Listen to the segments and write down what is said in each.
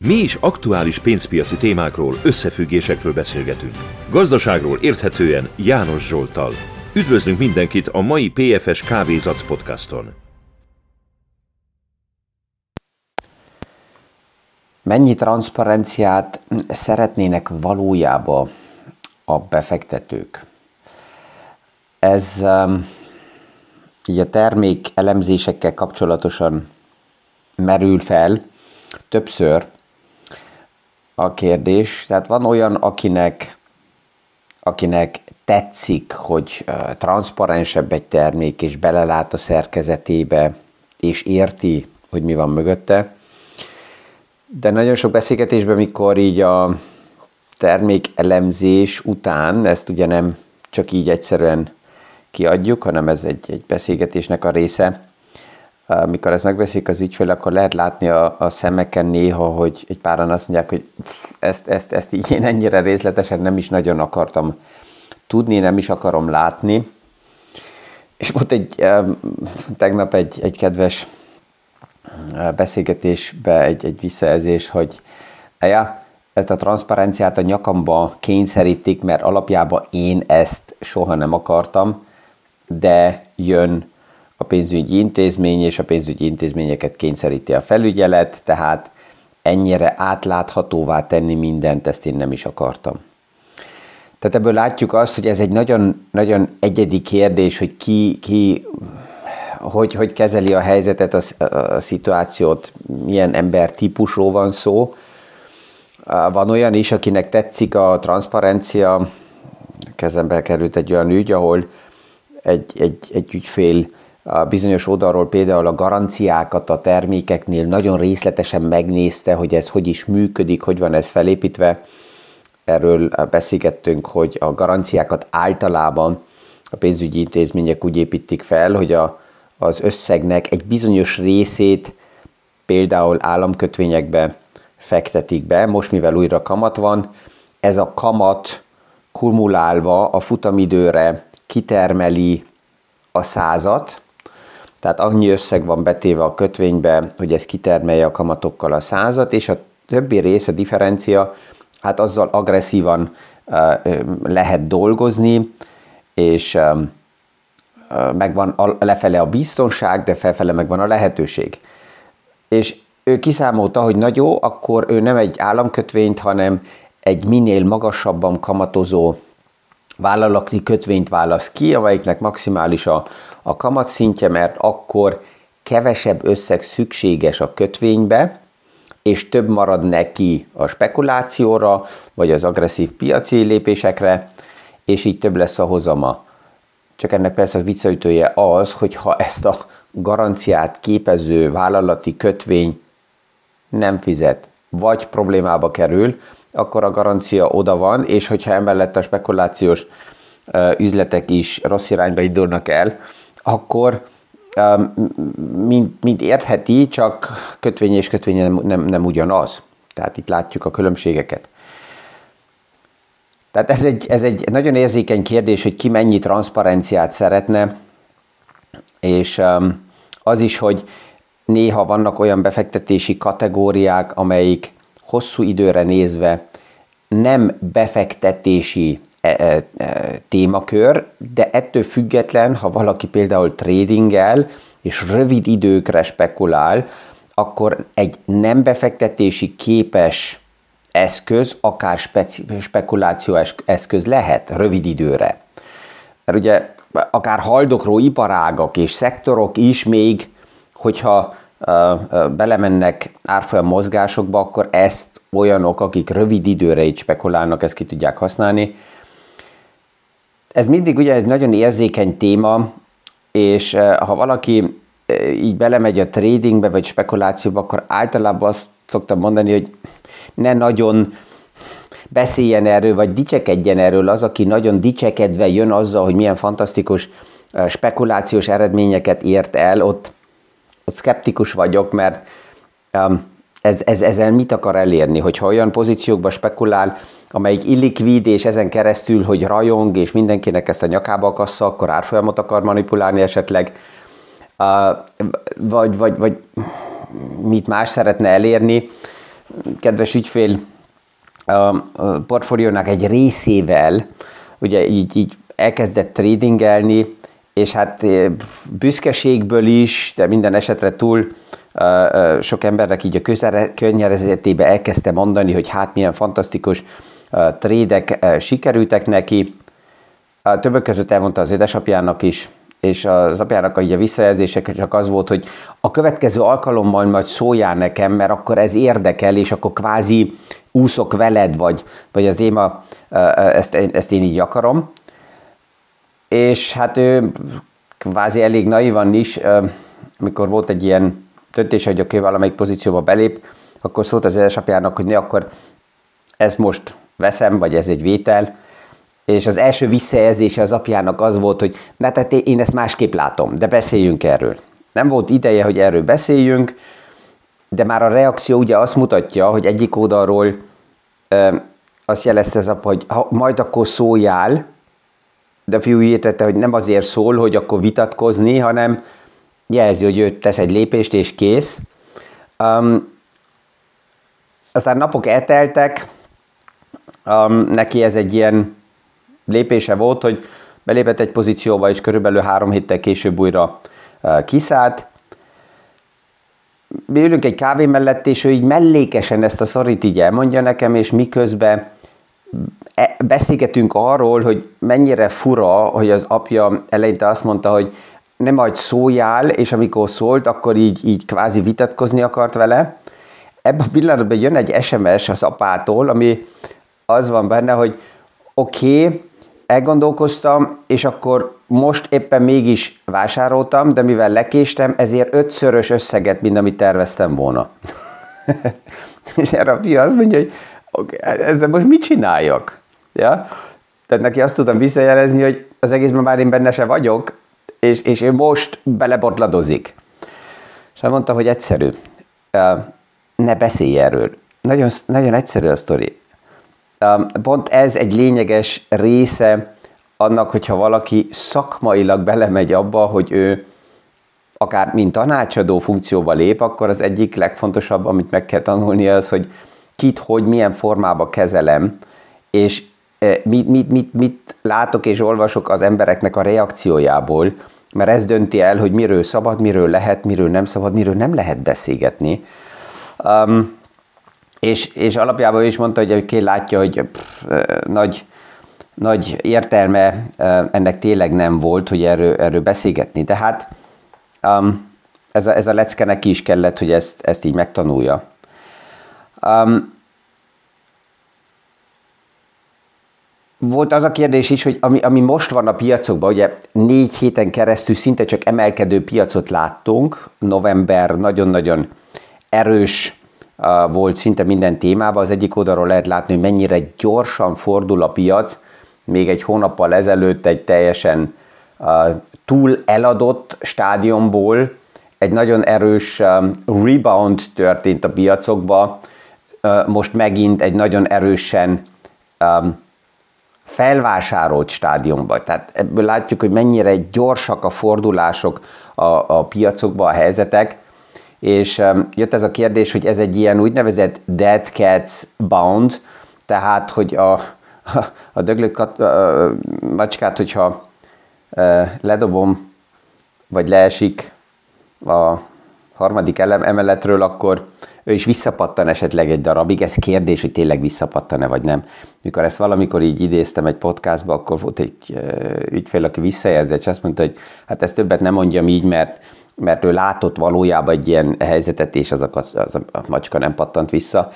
Mi is aktuális pénzpiaci témákról, összefüggésekről beszélgetünk. Gazdaságról érthetően János Zsolttal. Üdvözlünk mindenkit a mai PFS Kávézac podcaston. Mennyi transzparenciát szeretnének valójában a befektetők? Ez így a termék elemzésekkel kapcsolatosan merül fel többször a kérdés. Tehát van olyan, akinek tetszik, hogy transzparensebb egy termék, és belelát a szerkezetébe, és érti, hogy mi van mögötte. De nagyon sok beszélgetésben, mikor így a termék elemzés után, ezt ugye nem csak így egyszerűen kiadjuk, hanem ez egy beszélgetésnek a része. Mikor ezt megbeszéljük az ügyfél, akkor lehet látni a szemeken néha, hogy egy páran azt mondják, hogy ezt így én ennyire részletesen nem is nagyon akartam tudni, nem is akarom látni. És volt tegnap egy kedves beszélgetésbe egy visszajelzés, hogy ezt a transzparenciát a nyakamba kényszerítik, mert alapjában én ezt soha nem akartam, de jön a pénzügyi intézmény, és a pénzügyi intézményeket kényszeríti a felügyelet, tehát ennyire átláthatóvá tenni mindent, ezt én nem is akartam. Tehát ebből látjuk azt, hogy ez egy nagyon, nagyon egyedi kérdés, hogy ki hogy kezeli a helyzetet, a szituációt, milyen embertípusról van szó. Van olyan is, akinek tetszik a transzparencia. Kezembe került egy olyan ügy, ahol egy ügyfél a bizonyos oldalról például a garanciákat a termékeknél nagyon részletesen megnézte, hogy ez hogy is működik, hogy van ez felépítve. Erről beszélgettünk, hogy a garanciákat általában a pénzügyi intézmények úgy építik fel, hogy az összegnek egy bizonyos részét például államkötvényekbe fektetik be. Most mivel újra kamat van, ez a kamat kumulálva a futamidőre kitermeli a 100-at, tehát annyi összeg van betéve a kötvénybe, hogy ez kitermelje a kamatokkal a 100-at, és a többi rész, a differencia, hát azzal agresszívan lehet dolgozni, és megvan lefele a biztonság, de felfele megvan a lehetőség. És ő kiszámolta, hogy na jó, akkor ő nem egy államkötvényt, hanem egy minél magasabban kamatozó vállalati kötvényt választ ki, amelyiknek maximális a kamatszintje, mert akkor kevesebb összeg szükséges a kötvénybe, és több marad neki a spekulációra, vagy az agresszív piaci lépésekre, és így több lesz a hozama. Csak ennek persze a viccaütője az, hogy ha ezt a garanciát képező vállalati kötvény nem fizet, vagy problémába kerül, akkor a garancia oda van, és hogyha emellett a spekulációs üzletek is rossz irányba indulnak el, akkor mint értheti, csak kötvény és kötvény nem ugyanaz. Tehát itt látjuk a különbségeket. Tehát ez egy nagyon érzékeny kérdés, hogy ki mennyi transzparenciát szeretne, és az is, hogy néha vannak olyan befektetési kategóriák, amelyik hosszú időre nézve nem befektetési témakör, de ettől független, ha valaki például tradingel és rövid időkre spekulál, akkor egy nem befektetési képes eszköz, akár spekulációs eszköz lehet rövid időre. Mert ugye akár haldokló iparágak és szektorok is még, hogyha belemennek árfolyam mozgásokba, akkor ezt olyanok, akik rövid időre így spekulálnak, ezt ki tudják használni. Ez mindig ugye egy nagyon érzékeny téma, és ha valaki így belemegy a tradingbe vagy spekulációba, akkor általában azt szoktam mondani, hogy ne nagyon beszéljen erről, vagy dicsekedjen erről az, aki nagyon dicsekedve jön azzal, hogy milyen fantasztikus spekulációs eredményeket ért el, ott szkeptikus vagyok, mert ezzel mit akar elérni? Hogyha olyan pozíciókba spekulál, amelyik illikvid, és ezen keresztül, hogy rajong, és mindenkinek ezt a nyakába akassza, akkor árfolyamot akar manipulálni esetleg, vagy mit más szeretne elérni, kedves ügyfél a portfóliónak egy részével ugye így elkezdett tradingelni, és hát büszkeségből is, de minden esetre túl sok embernek így a környezetébe elkezdte mondani, hogy hát milyen fantasztikus trédek sikerültek neki. Többek között elmondta az édesapjának is, és az apjának a visszajelzések csak az volt, hogy a következő alkalommal majd szóljál nekem, mert akkor ez érdekel, és akkor kvázi úszok veled, vagy az téma, ezt én így akarom. És hát ő kvázi elég naivan is, amikor volt egy ilyen döntés, hogy oké, valamelyik pozícióba belép, akkor szólt az édesapjának, hogy ne, akkor ezt most veszem, vagy ez egy vétel. És az első visszajelzése az apjának az volt, hogy na, tehát én ezt másképp látom, de beszéljünk erről. Nem volt ideje, hogy erről beszéljünk, de már a reakció ugye azt mutatja, hogy egyik oldalról azt jelezte az apa, hogy majd akkor szóljál, de a fiú értette, hogy nem azért szól, hogy akkor vitatkozni, hanem jelzi, hogy ő tesz egy lépést, és kész. Aztán napok elteltek, neki ez egy ilyen lépése volt, hogy belépett egy pozícióba, és körülbelül 3 héttel később újra kiszállt. Mi ülünk egy kávé mellett, és ő így mellékesen ezt a szorít így elmondja nekem, és miközben beszélgetünk arról, hogy mennyire fura, hogy az apja eleinte azt mondta, hogy nem majd szóljál, és amikor szólt, akkor így kvázi vitatkozni akart vele. Ebben a pillanatban jön egy SMS az apától, ami az van benne, hogy oké, elgondolkoztam, és akkor most éppen mégis vásároltam, de mivel lekéstem, ezért 5-szörös összeget, mint amit terveztem volna. És erre a fiú azt mondja, hogy ezzel most mit csináljak? Ja? Tehát neki azt tudtam visszajelezni, hogy az egészben már én benne se vagyok, és ő most belebotladozik. És mondtam, hogy egyszerű. Ne beszélj erről. Nagyon, nagyon egyszerű a sztori. Pont ez egy lényeges része annak, hogyha valaki szakmailag belemegy abba, hogy ő akár mint tanácsadó funkcióba lép, akkor az egyik legfontosabb, amit meg kell tanulni, az, hogy kit, hogy, milyen formába kezelem, és mit látok és olvasok az embereknek a reakciójából, mert ez dönti el, hogy miről szabad, miről lehet, miről nem szabad, miről nem lehet beszélgetni. És alapjában is mondta, hogy ki látja, hogy nagy értelme ennek tényleg nem volt, hogy erről beszélgetni. De hát ez a lecke neki is kellett, hogy ezt így megtanulja. Volt az a kérdés is, hogy ami most van a piacokban, ugye 4 héten keresztül szinte csak emelkedő piacot láttunk, november nagyon-nagyon erős volt szinte minden témában. Az egyik oldalról lehet látni, hogy mennyire gyorsan fordul a piac, még egy hónappal ezelőtt egy teljesen túl eladott stádiumból egy nagyon erős rebound történt a piacokba, most megint egy nagyon erősen felvásárolt stádiumban. Tehát ebből látjuk, hogy mennyire gyorsak a fordulások a piacokban, a helyzetek, és jött ez a kérdés, hogy ez egy ilyen úgynevezett dead cats bound, tehát, hogy a döglött macskát, hogyha ledobom, vagy leesik a 3. emeletről, akkor ő is visszapattan esetleg egy darabig. Ez kérdés, hogy tényleg visszapattan-e, vagy nem. Mikor ezt valamikor így idéztem egy podcastba, akkor volt egy ügyfél, aki visszajelzett, és azt mondta, hogy hát ezt többet nem mondjam így, mert ő látott valójában egy ilyen helyzetet, és az a macska nem pattant vissza.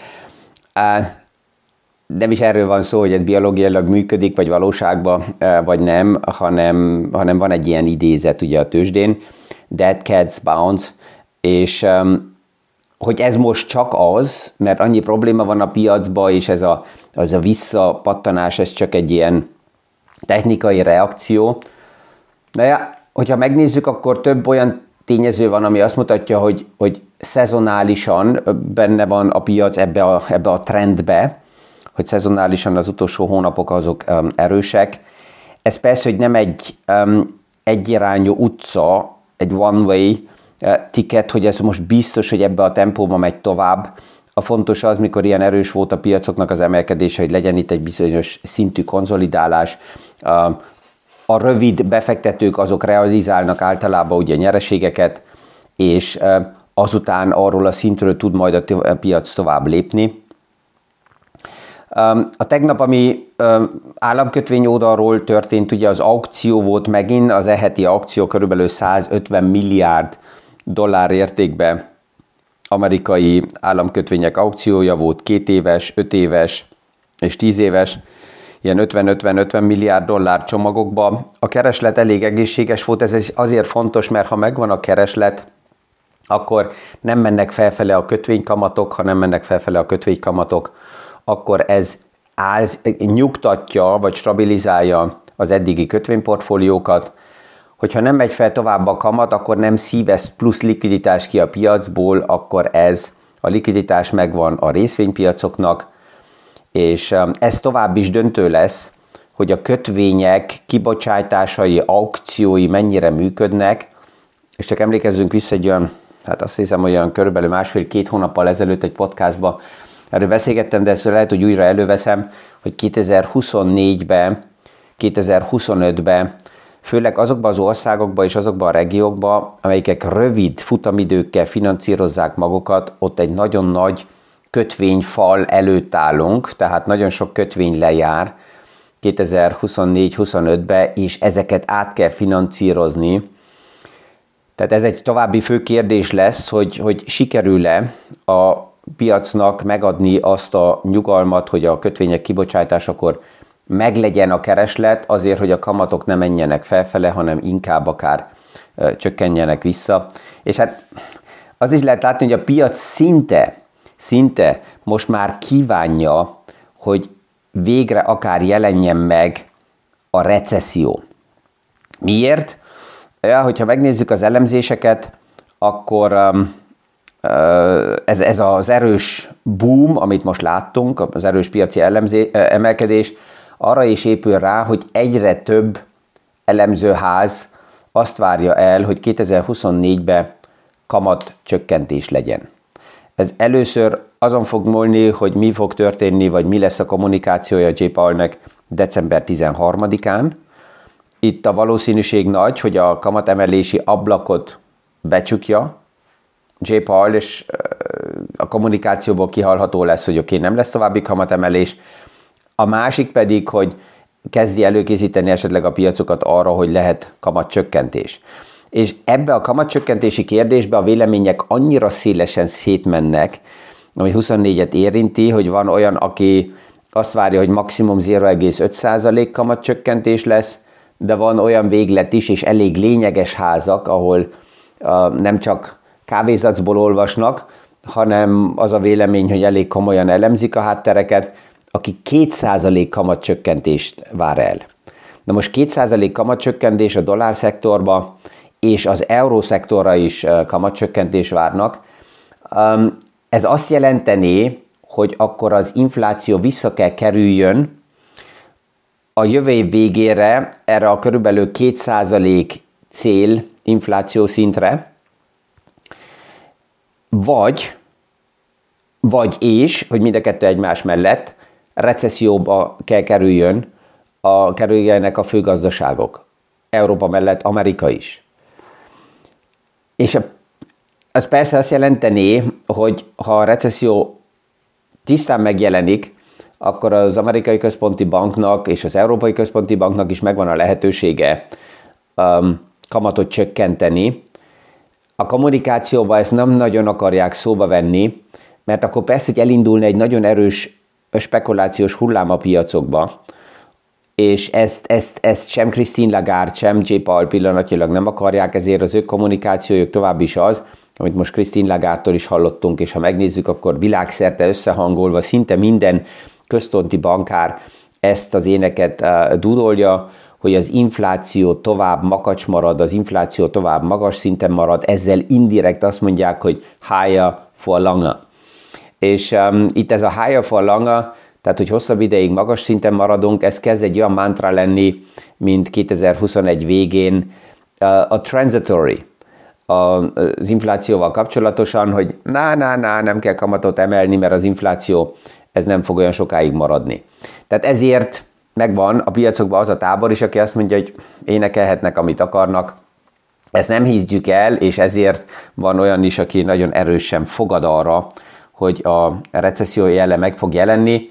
Nem is erről van szó, hogy ez biológiailag működik, vagy valóságban, vagy nem, hanem van egy ilyen idézet ugye a tőzsdén, dead cats bounce, és hogy ez most csak az, mert annyi probléma van a piacban, és az a visszapattanás, ez csak egy ilyen technikai reakció. Na ja, hogyha megnézzük, akkor több olyan tényező van, ami azt mutatja, hogy szezonálisan benne van a piac ebbe a trendbe, hogy szezonálisan az utolsó hónapok azok erősek. Ez persze, hogy nem egy egyirányú utca, egy one-way ticket, hogy ez most biztos, hogy ebbe a tempóba megy tovább. A fontos az, mikor ilyen erős volt a piacoknak az emelkedése, hogy legyen itt egy bizonyos szintű konszolidálás. A rövid befektetők azok realizálnak általában ugye nyereségeket, és azután arról a szintről tud majd a piac tovább lépni. A tegnap, ami államkötvény oldalról történt, ugye az aukció volt megint, az e-heti aukció körülbelül 150 milliárd dollár értékben amerikai államkötvények aukciója volt, 2 éves, 5 éves és 10 éves, ilyen 50-50-50 milliárd dollár csomagokba. A kereslet elég egészséges volt, ez azért fontos, mert ha megvan a kereslet, akkor nem mennek felfele a kötvénykamatok, ha nem mennek felfele a kötvénykamatok, akkor ez nyugtatja, vagy stabilizálja az eddigi kötvényportfóliókat. Hogyha nem megy fel tovább a kamat, akkor nem szívesz plusz likviditás ki a piacból, akkor a likviditás megvan a részvénypiacoknak, és ez tovább is döntő lesz, hogy a kötvények kibocsátásai, aukciói mennyire működnek, és csak emlékezzünk vissza egy olyan, hát azt hiszem, olyan körülbelül 1,5-2 hónappal ezelőtt egy podcastban erről beszélgettem, de ezt lehet, hogy újra előveszem, hogy 2024-ben, 2025-ben, főleg azokban az országokban és azokban a regiókban, amelyek rövid futamidőkkel finanszírozzák magukat, ott egy nagyon nagy kötvényfal előtt állunk, tehát nagyon sok kötvény lejár 2024-25-ben, és ezeket át kell finanszírozni. Tehát ez egy további fő kérdés lesz, hogy sikerül-e a piacnak megadni azt a nyugalmat, hogy a kötvények kibocsátásakor meglegyen a kereslet, azért, hogy a kamatok ne menjenek felfele, hanem inkább akár csökkenjenek vissza. És hát az is lehet látni, hogy a piac szinte most már kívánja, hogy végre akár jelenjen meg a recesszió. Miért? Ja, hogyha megnézzük az elemzéseket, akkor ez az erős boom, amit most láttunk, az erős piaci emelkedés, arra is épül rá, hogy egyre több elemzőház azt várja el, hogy 2024-ben kamatcsökkentés legyen. Ez először azon fog múlni, hogy mi fog történni, vagy mi lesz a kommunikációja J. Powellnek december 13-án. Itt a valószínűség nagy, hogy a kamatemelési ablakot becsukja J. Powell, és a kommunikációból kihallható lesz, hogy oké, nem lesz további kamatemelés. A másik pedig, hogy kezdi előkészíteni esetleg a piacokat arra, hogy lehet kamatcsökkentés. És ebbe a kamatcsökkentési kérdésbe a vélemények annyira szélesen szétmennek, ami 24-et érinti, hogy van olyan, aki azt várja, hogy maximum 0,5% kamatcsökkentés lesz, de van olyan véglet is, és elég lényeges házak, ahol nem csak kávézacból olvasnak, hanem az a vélemény, hogy elég komolyan elemzik a háttereket, aki 2% kamatcsökkentést vár el. Na most 2% kamatcsökkentés a dollárszektorba és az eurószektorra is kamatcsökkentés várnak. Ez azt jelenteni, hogy akkor az infláció vissza kell kerüljön a jövő év végére erre a körülbelül 2% cél infláció szintre, vagy és, hogy mind a kettő egymás mellett, recesszióba kell kerüljenek a főgazdaságok. Európa mellett Amerika is. És ez persze azt jelenteni, hogy ha a recesszió tisztán megjelenik, akkor az Amerikai Központi Banknak és az Európai Központi Banknak is megvan a lehetősége kamatot csökkenteni. A kommunikációban ezt nem nagyon akarják szóba venni, mert akkor persze, hogy elindulna egy nagyon erős spekulációs hullám a piacokba, és ezt sem Christine Lagarde, sem J. Powell pillanatnyilag nem akarják, ezért az ő kommunikációjuk tovább is az, amit most Christine Lagarde-tól is hallottunk, és ha megnézzük, akkor világszerte összehangolva szinte minden központi bankár ezt az éneket dudolja, hogy az infláció tovább makacs marad, az infláció tovább magas szinten marad, ezzel indirekt azt mondják, hogy higher for longer. És itt ez a higher for longer, tehát hogy hosszabb ideig magas szinten maradunk, ez kezd egy olyan mantra lenni, mint 2021 végén a transitory. az inflációval kapcsolatosan, hogy nem kell kamatot emelni, mert az infláció ez nem fog olyan sokáig maradni. Tehát ezért megvan a piacokban az a tábor is, aki azt mondja, hogy énekelhetnek, amit akarnak. Ezt nem higgyük el, és ezért van olyan is, aki nagyon erősen fogad arra, hogy a recesszió jele meg fog jelenni.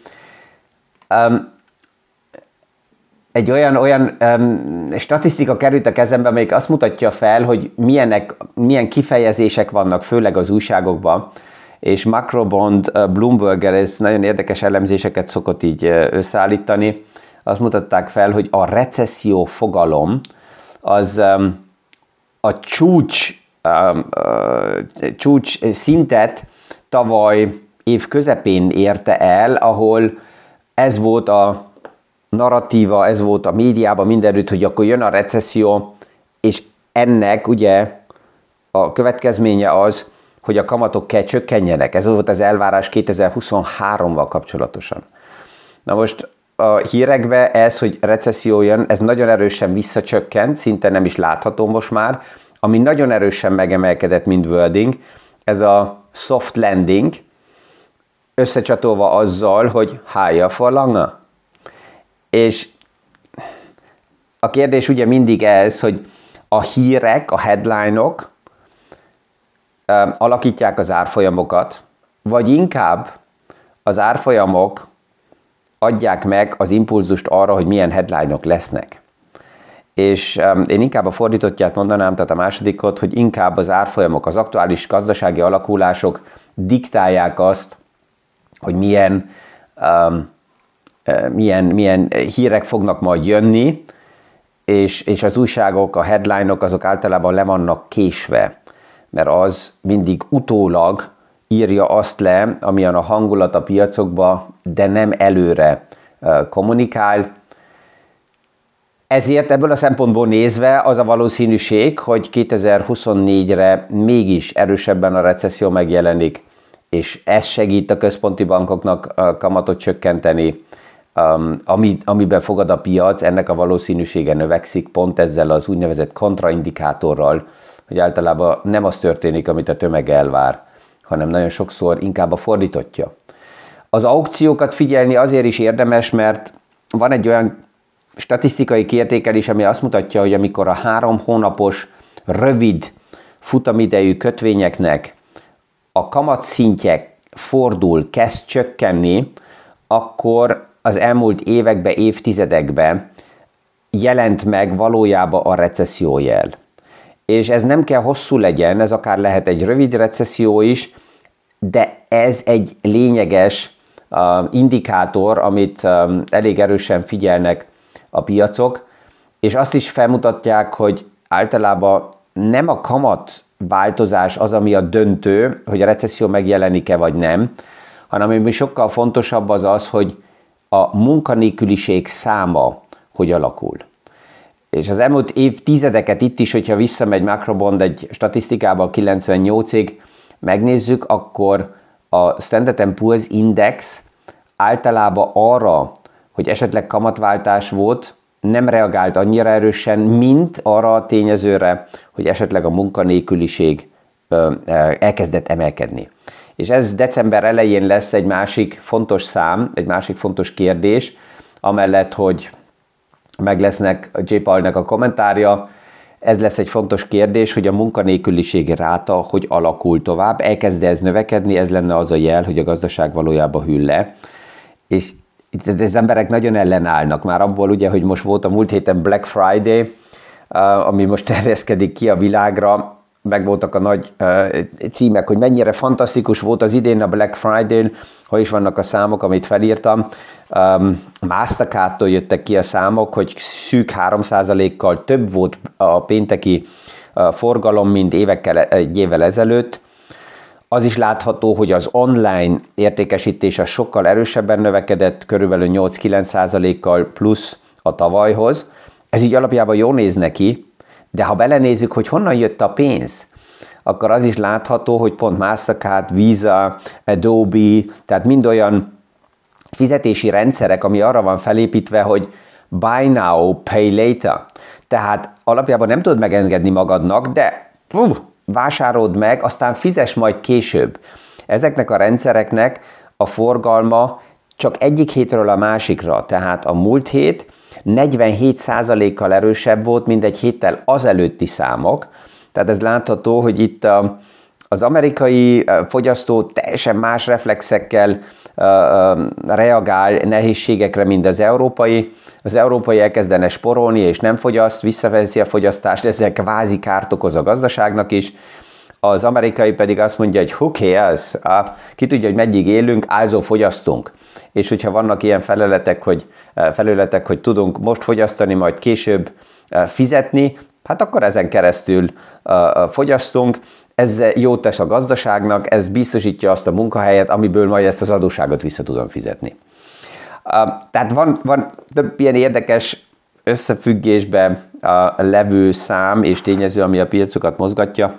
Egy olyan statisztika került a kezembe, amelyik azt mutatja fel, hogy milyen kifejezések vannak, főleg az újságokban, és Macrobond Bloomberger ez nagyon érdekes elemzéseket szokott így összeállítani. Azt mutatták fel, hogy a recesszió fogalom az a csúcs szintet tavaly év közepén érte el, ahol ez volt a narratíva, ez volt a médiában mindenütt, hogy akkor jön a recesszió, és ennek ugye a következménye az, hogy a kamatok kell csökkenjenek. Ez volt az elvárás 2023-val kapcsolatosan. Na most a hírekben ez, hogy recesszió jön, ez nagyon erősen visszacsökkent, szinte nem is látható most már. Ami nagyon erősen megemelkedett, mint wording, ez a soft landing, összecsatolva azzal, hogy higher for longer. És a kérdés ugye mindig ez, hogy a hírek, a headline-ok alakítják az árfolyamokat, vagy inkább az árfolyamok adják meg az impulzust arra, hogy milyen headline-ok lesznek. És én inkább a fordítottját mondanám, tehát a másodikot, hogy inkább az árfolyamok, az aktuális gazdasági alakulások diktálják azt, hogy milyen hírek fognak majd jönni, és az újságok, a headline-ok azok általában le vannak késve, mert az mindig utólag írja azt le, amilyen a hangulat a piacokba, de nem előre kommunikál. Ezért ebből a szempontból nézve az a valószínűség, hogy 2024-re mégis erősebben a recesszió megjelenik, és ez segít a központi bankoknak a kamatot csökkenteni, amiben fogad a piac, ennek a valószínűsége növekszik pont ezzel az úgynevezett kontraindikátorral, hogy általában nem az történik, amit a tömeg elvár, hanem nagyon sokszor inkább a fordítottja. Az aukciókat figyelni azért is érdemes, mert van egy olyan statisztikai kiértékelés, ami azt mutatja, hogy amikor a 3 hónapos rövid futamidejű kötvényeknek a kamatszintje kezd csökkenni, akkor az elmúlt években, évtizedekben jelent meg valójában a recessziójel. És ez nem kell hosszú legyen, ez akár lehet egy rövid recesszió is, de ez egy lényeges indikátor, amit elég erősen figyelnek a piacok, és azt is felmutatják, hogy általában nem a kamat változás az, ami a döntő, hogy a recesszió megjelenik-e vagy nem, hanem ami sokkal fontosabb az az, hogy a munkanélküliség száma hogy alakul. És az elmúlt évtizedeket itt is, hogyha visszamegy Macrobond egy statisztikába 98-ig, megnézzük, akkor a Standard & Poor's Index általában arra, hogy esetleg kamatváltás volt, nem reagált annyira erősen, mint arra a tényezőre, hogy esetleg a munkanélküliség elkezdett emelkedni. És ez december elején lesz egy másik fontos szám, egy másik fontos kérdés, amellett, hogy meg lesznek J. Powellnek a kommentárja, ez lesz egy fontos kérdés, hogy a munkanélküliség ráta hogy alakul tovább, elkezd ez növekedni, ez lenne az a jel, hogy a gazdaság valójában hűl le. És itt az emberek nagyon ellenállnak már abból, ugye, hogy most volt a múlt héten Black Friday, ami most terjeszkedik ki a világra, meg voltak a nagy címek, hogy mennyire fantasztikus volt az idén a Black Friday-n, ha is vannak a számok, amit felírtam. Mastercardtól jöttek ki a számok, hogy szűk 3%-kal több volt a pénteki forgalom, mint egy évvel ezelőtt. Az is látható, hogy az online értékesítés az sokkal erősebben növekedett, körülbelül 8-9%-kal plusz a tavalyhoz. Ez így alapjában jól néz neki, de ha belenézzük, hogy honnan jött a pénz, akkor az is látható, hogy pont Mastercard, Visa, Adobe, tehát mind olyan fizetési rendszerek, ami arra van felépítve, hogy buy now, pay later. Tehát alapjában nem tudod megengedni magadnak, de vásárold meg, aztán fizess majd később. Ezeknek a rendszereknek a forgalma csak egyik hétről a másikra, tehát a múlt hét 47%-kal erősebb volt, mint egy héttel azelőtti számok. Tehát ez látható, hogy itt az amerikai fogyasztó teljesen más reflexekkel reagál nehézségekre, mint az európai. Az európai elkezdene sporolni, és nem fogyaszt, visszaveszi a fogyasztást, ezzel kvázi kárt okoz a gazdaságnak is. Az amerikai pedig azt mondja, hogy who cares, ki tudja, hogy meddig élünk, álzó fogyasztunk. És hogyha vannak ilyen felületek, hogy tudunk most fogyasztani, majd később fizetni, hát akkor ezen keresztül fogyasztunk. Ez jót tesz a gazdaságnak, ez biztosítja azt a munkahelyet, amiből majd ezt az adósságot vissza tudom fizetni. Tehát van több ilyen érdekes összefüggésben levő szám és tényező, ami a piacokat mozgatja.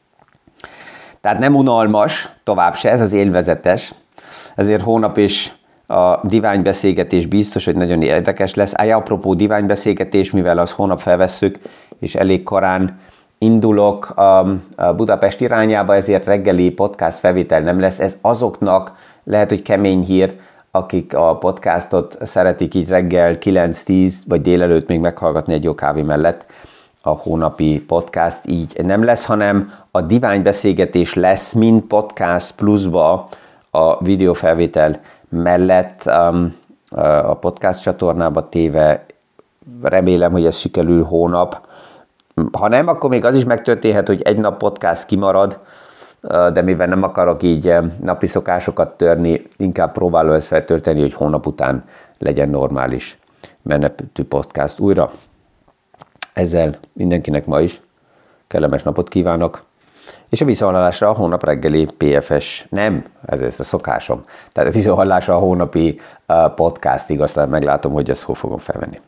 Tehát nem unalmas, tovább se, ez az élvezetes. Ezért hónap is a diványbeszélgetés biztos, hogy nagyon érdekes lesz. Apropó diványbeszélgetés, mivel az hónap felvesszük, és elég korán indulok a Budapest irányába, ezért reggeli podcast felvétel nem lesz. Ez azoknak lehet, hogy kemény hír, akik a podcastot szeretik így reggel 9-10 vagy délelőtt még meghallgatni egy jó kávé mellett. A hónapi podcast így nem lesz, hanem a diványbeszélgetés lesz, mint podcast pluszba a videófelvétel mellett a podcast csatornába téve. Remélem, hogy ez sikerül hónap. Ha nem, akkor még az is megtörténhet, hogy egy nap podcast kimarad, de mivel nem akarok így napi szokásokat törni, inkább próbálom ezt feltölteni, hogy hónap után legyen normális menetű podcast újra. Ezzel mindenkinek ma is kellemes napot kívánok, és a visszahallásra a hónap reggeli PFS, nem, ez a szokásom, tehát a visszahallásra a hónapi podcastig, aztán meglátom, hogy ezt hol fogom felvenni.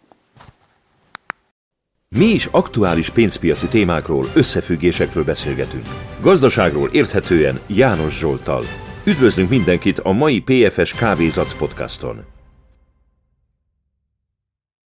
Mi is aktuális pénzpiaci témákról, összefüggésekről beszélgetünk. Gazdaságról érthetően János Zsolttal. Üdvözlünk mindenkit a mai PFS Kávézac podcaston!